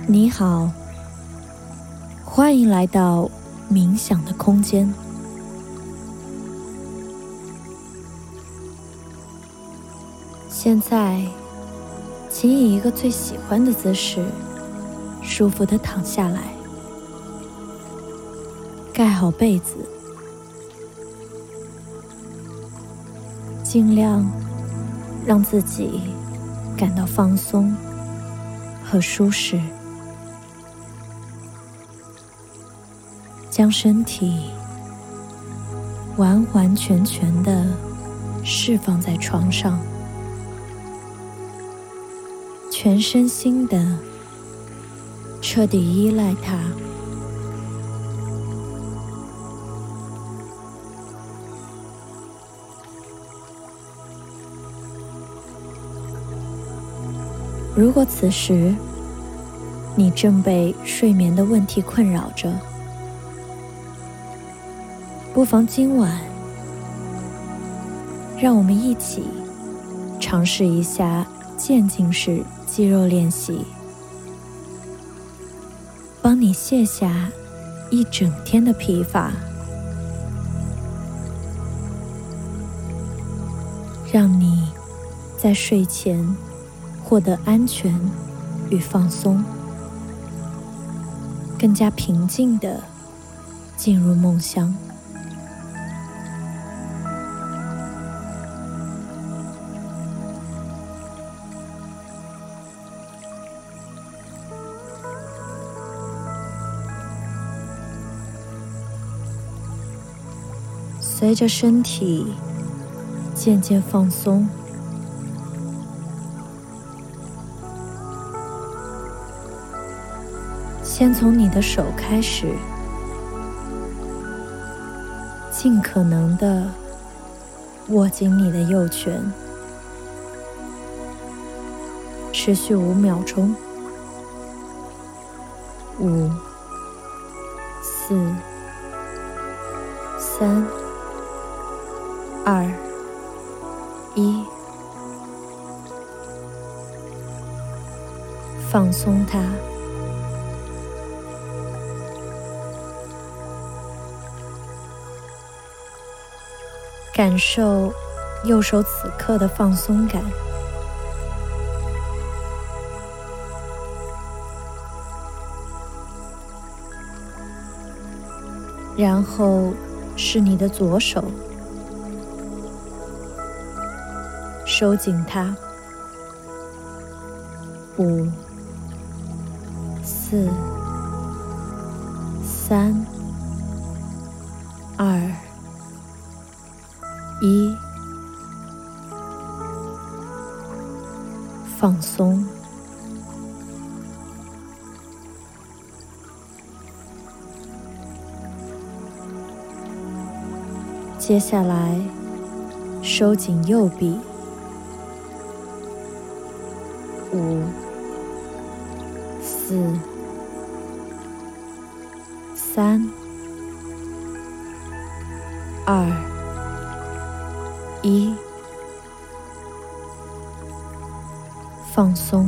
你好，欢迎来到冥想的空间。现在，请以一个最喜欢的姿势，舒服地躺下来，盖好被子，尽量让自己感到放松和舒适。将身体完完全全地释放在床上，全身心地彻底依赖它。如果此时你正被睡眠的问题困扰着，不妨今晚让我们一起尝试一下渐进式肌肉练习，帮你卸下一整天的疲乏，让你在睡前获得安全与放松，更加平静地进入梦乡。随着身体渐渐放松，先从你的手开始，尽可能地握紧你的右拳，持续5秒钟。5、4、3、2、1，放松它。感受右手此刻的放松感，然后是你的左手，收紧它。5、4、3、2、1，放松。接下来，收紧右臂。5、4、3、2、1，放松。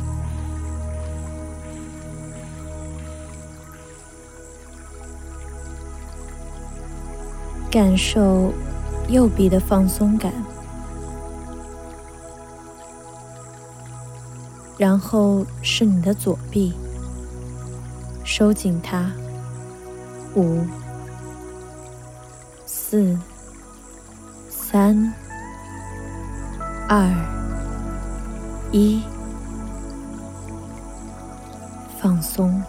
感受右臂的放松感，然后是你的左臂，收紧它。5、4、3、2、1，放松。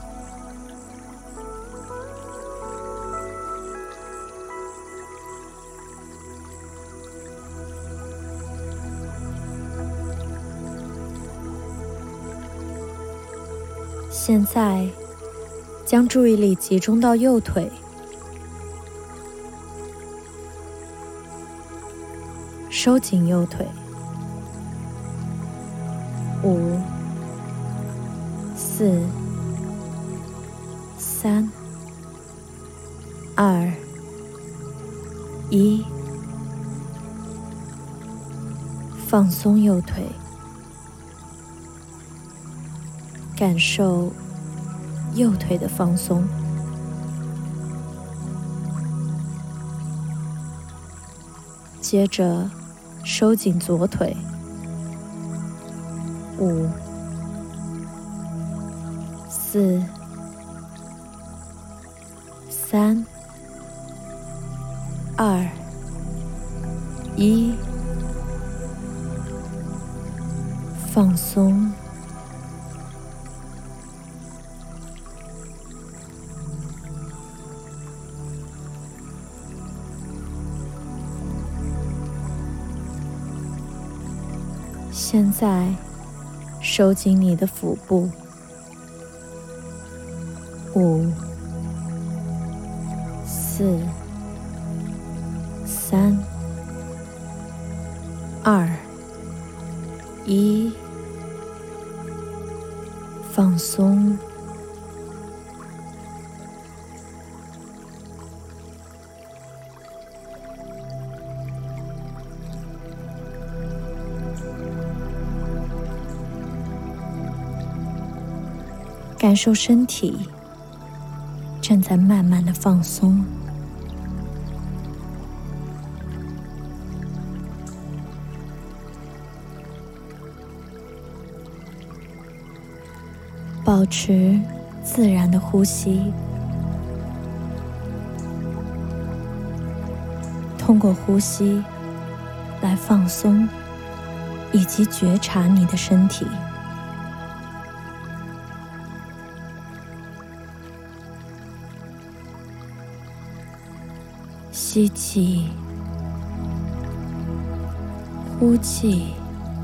现在，将注意力集中到右腿，收紧右腿。5、4、3、2、1，放松右腿，感受右腿的放松，接着收紧左腿。5、4、3、2、1，放松。现在收紧你的腹部。5、4、3、2、1，放松。感受身体正在慢慢的放松，保持自然的呼吸，通过呼吸来放松以及觉察你的身体。吸气，呼气，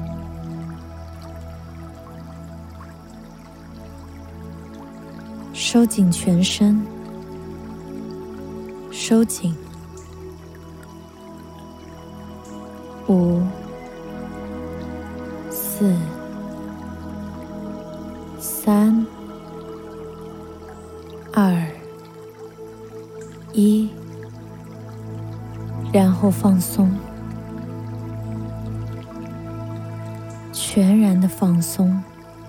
收紧全身，收紧。5、4、3、2、1，然后放松，全然的放松。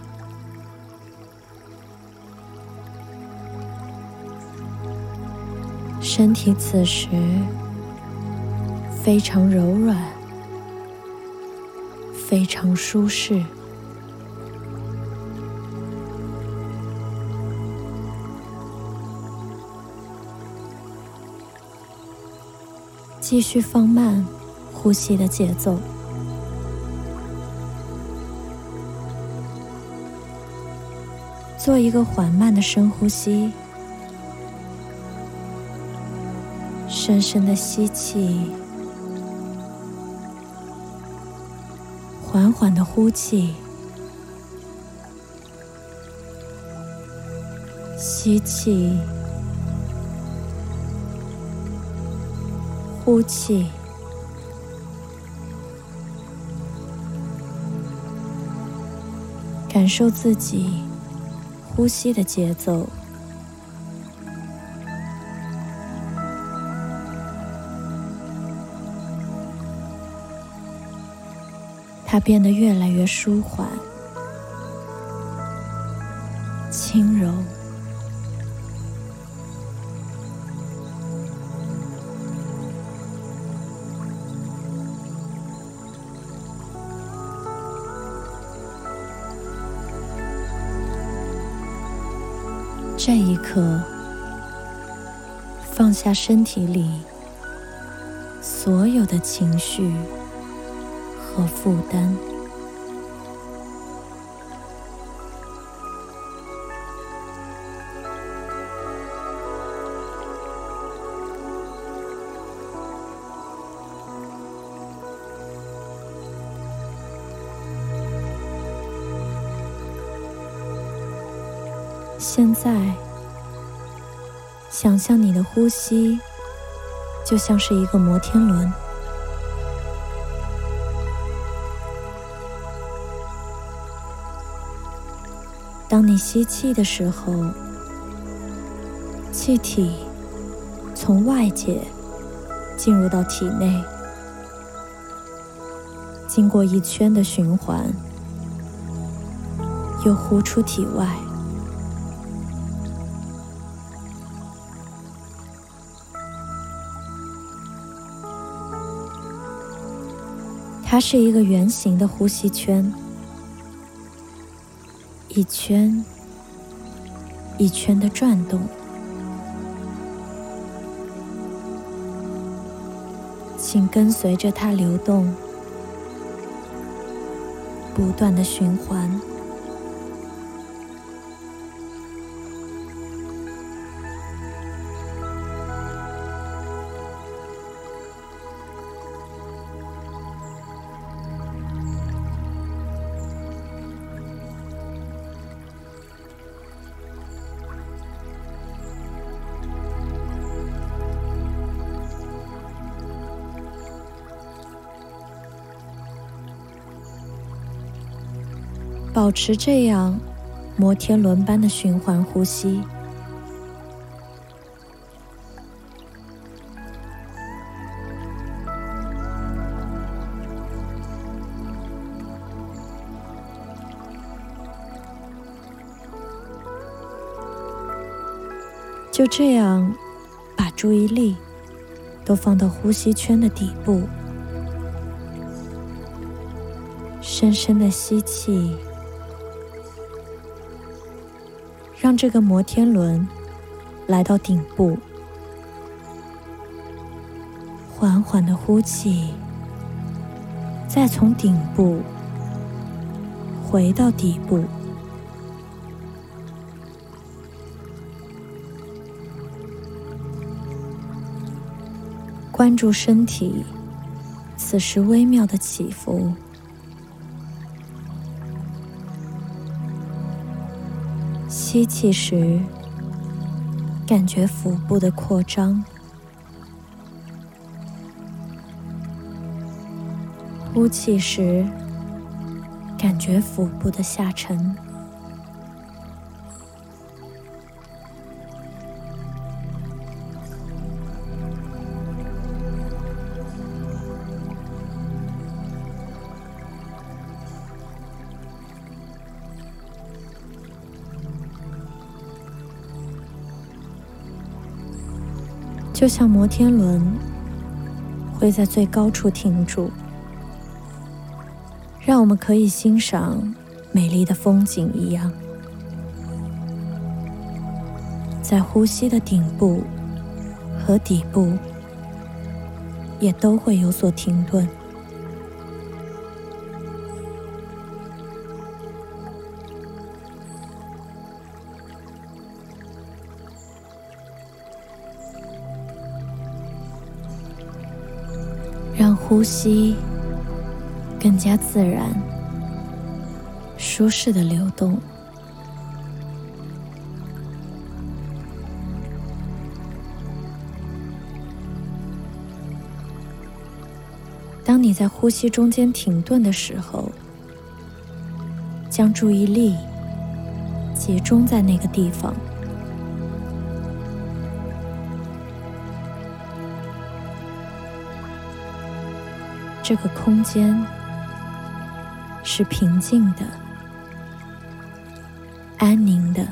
身体此时非常柔软，非常舒适。继续放慢呼吸的节奏，做一个缓慢的深呼吸，深深的吸气，缓缓的呼气，吸气，呼气，感受自己呼吸的节奏，它变得越来越舒缓、轻柔。这一刻，放下身体里所有的情绪和负担，现在，想象你的呼吸就像是一个摩天轮，当你吸气的时候，气体从外界进入到体内，经过一圈的循环，又呼出体外。 它是一个圆形的呼吸圈，一圈一圈的转动，请跟随着它流动，不断的循环。保持这样摩天轮般的循环呼吸，就这样把注意力都放到呼吸圈的底部，深深的吸气，让这个摩天轮来到顶部，缓缓的呼气，再从顶部回到底部。关注身体此时微妙的起伏，吸气时感觉腹部的扩张，呼气时感觉腹部的下沉。就像摩天轮会在最高处停住，让我们可以欣赏美丽的风景一样，在呼吸的顶部和底部也都会有所停顿。让呼吸更加自然、舒适的流动。当你在呼吸中间停顿的时候，将注意力集中在那个地方。这个空间是平静的、安宁的。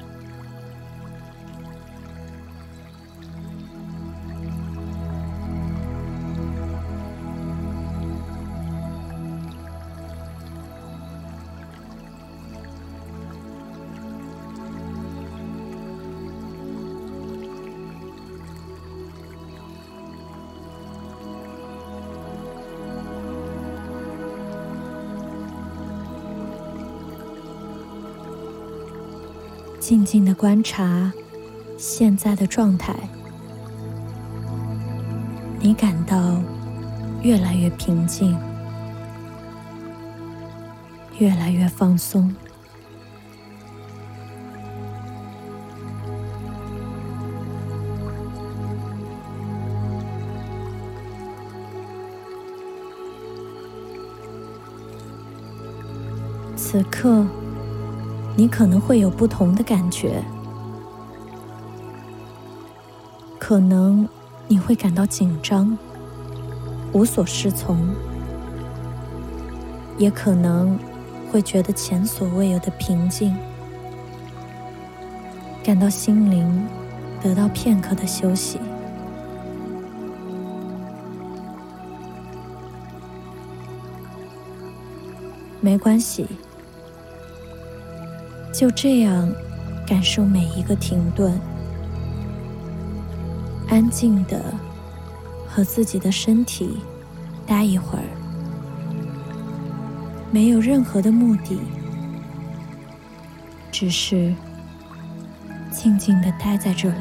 静静地观察现在的状态，你感到越来越平静，越来越放松。此刻你可能会有不同的感觉，可能你会感到紧张、无所适从，也可能会觉得前所未有的平静，感到心灵得到片刻的休息。 没关系，就这样感受每一个停顿，安静地和自己的身体待一会儿，没有任何的目的，只是静静地待在这里。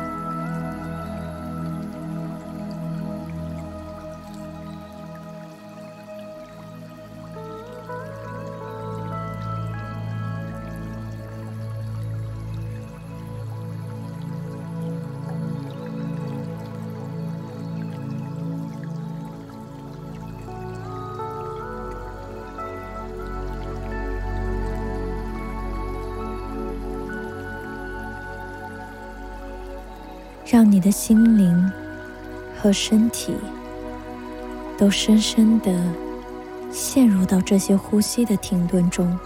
让你的心灵和身体都深深地陷入到这些呼吸的停顿中。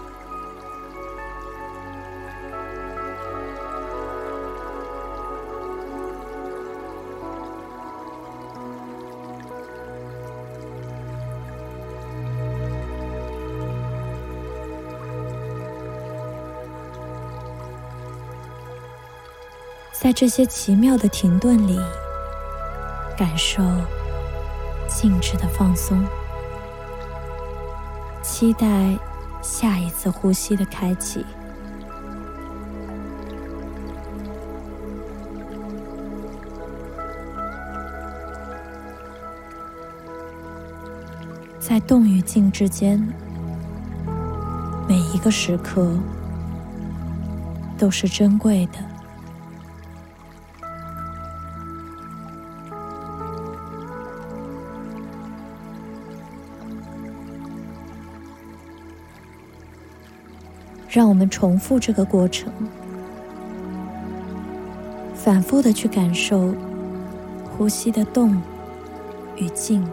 在这些奇妙的停顿里，感受静止的放松，期待下一次呼吸的开启。在动与静之间，每一个时刻都是珍贵的。让我们重复这个过程，反复地去感受呼吸的动与静。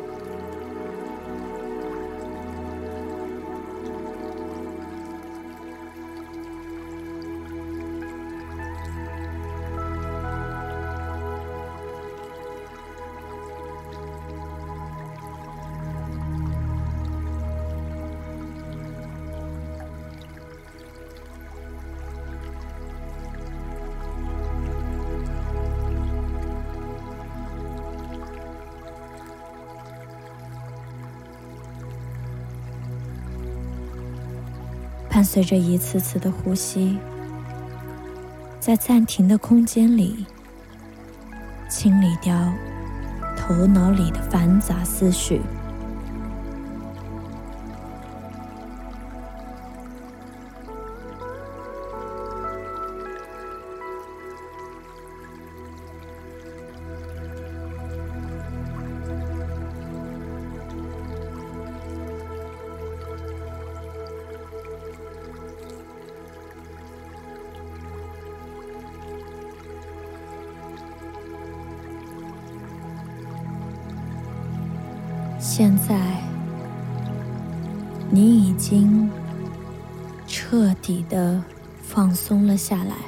伴随着一次次的呼吸，在暂停的空间里，清理掉头脑里的繁杂思绪。现在，你已经彻底的放松了下来。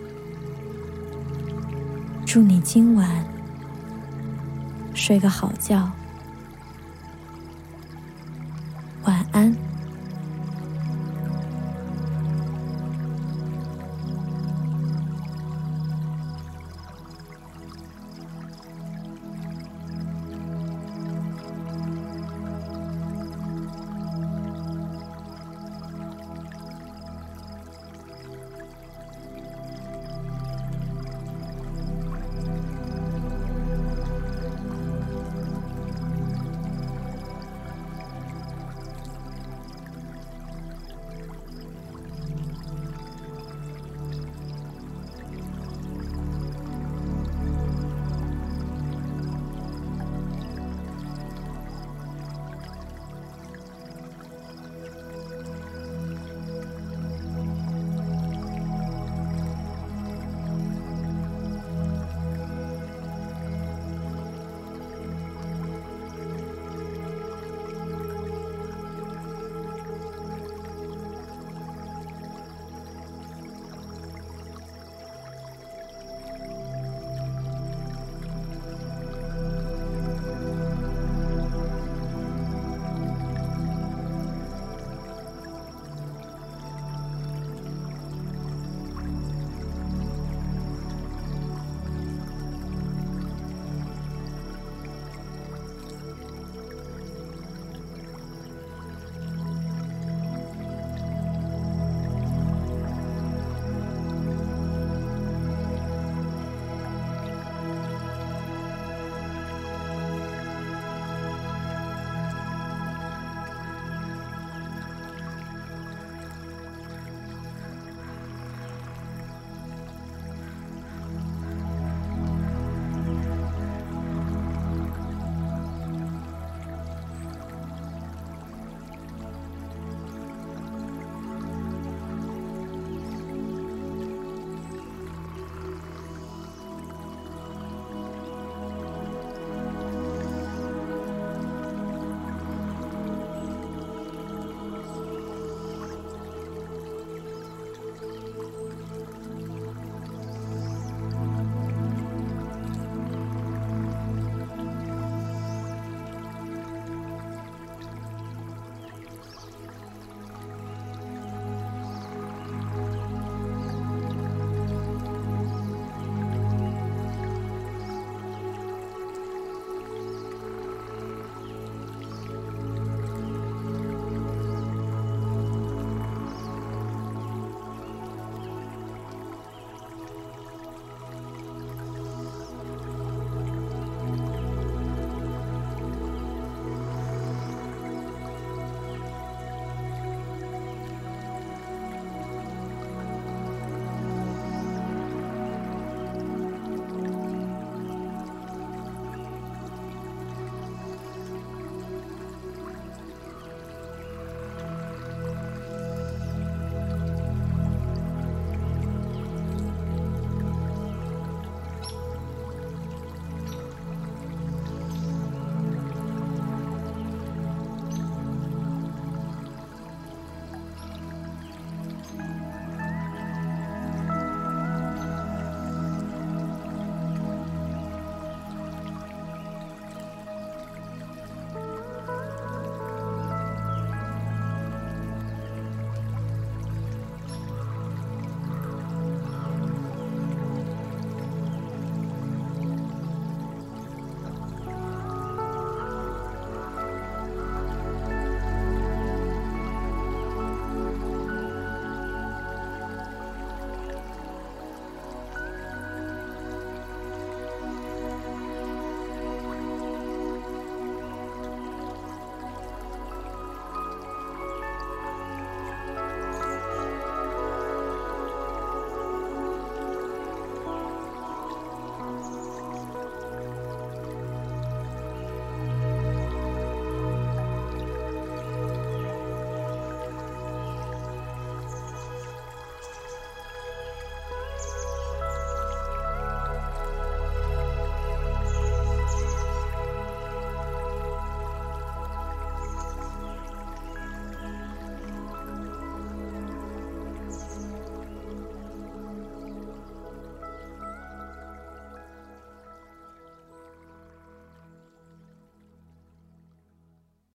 祝你今晚睡个好觉，晚安。